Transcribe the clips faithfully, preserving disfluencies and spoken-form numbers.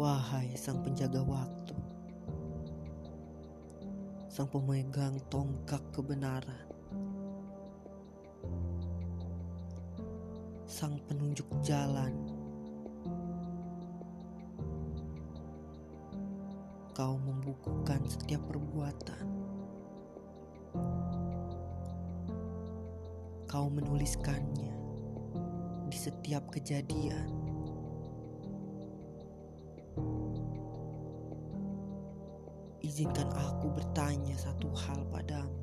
Wahai sang penjaga waktu, sang pemegang tongkat kebenaran, sang penunjuk jalan, kau membukukan setiap perbuatan, kau menuliskannya di setiap kejadian. Izinkan aku bertanya satu hal padamu,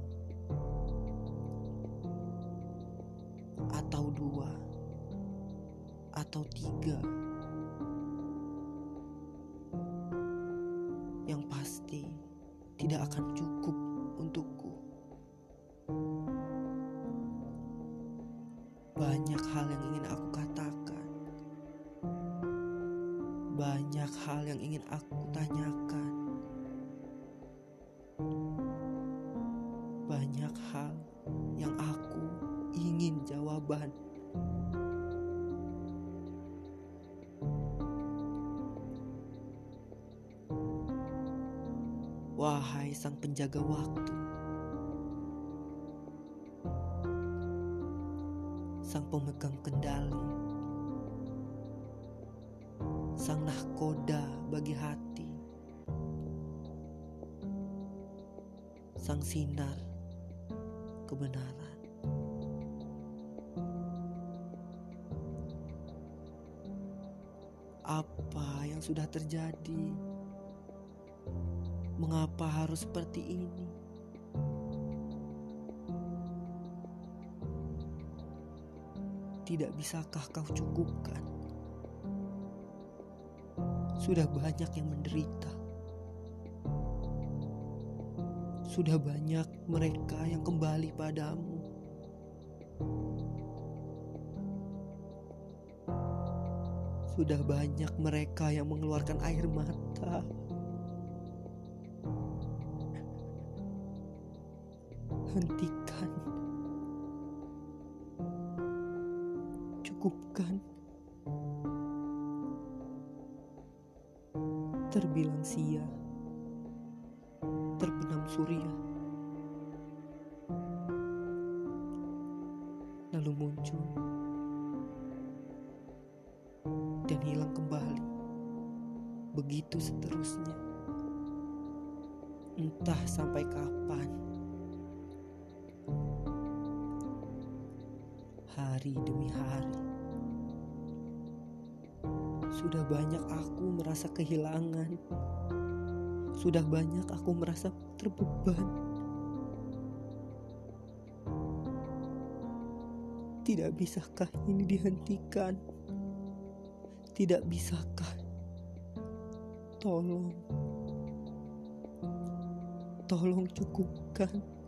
atau dua, atau tiga. Yang pasti tidak akan cukup untukku. Banyak hal yang ingin aku katakan, banyak hal yang ingin aku tanyakan, banyak hal yang aku ingin jawaban. Wahai sang penjaga waktu, sang pemegang kendali, sang nahkoda bagi hati, sang sinar kebenaran. Apa yang sudah terjadi? Mengapa harus seperti ini? Tidak bisakah kau cukupkan? Sudah banyak yang menderita. Sudah banyak mereka yang kembali padamu. Sudah banyak mereka yang mengeluarkan air mata. Hentikan. Cukupkan. Terbilang sia, terbenam surya, lalu muncul dan hilang kembali. Begitu seterusnya. Entah sampai kapan. Hari demi hari. Sudah banyak aku merasa kehilangan. Sudah banyak aku merasa terbeban. Tidak bisakah ini dihentikan? Tidak bisakah? Tolong. Tolong cukupkan.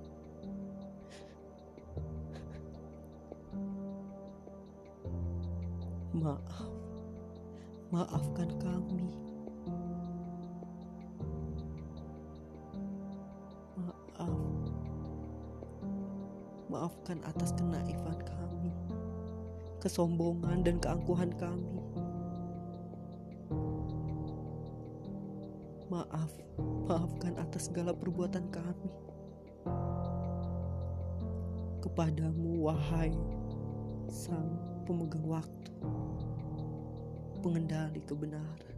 Maaf, maafkan kami. Maaf, maafkan atas kenaifan kami, kesombongan dan keangkuhan kami. Maaf, maafkan atas segala perbuatan kami. Kepadamu, wahai sang pemegang waktu, pengendali kebenaran,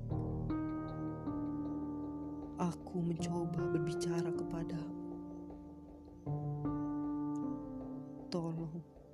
aku mencoba berbicara kepadamu. Tolong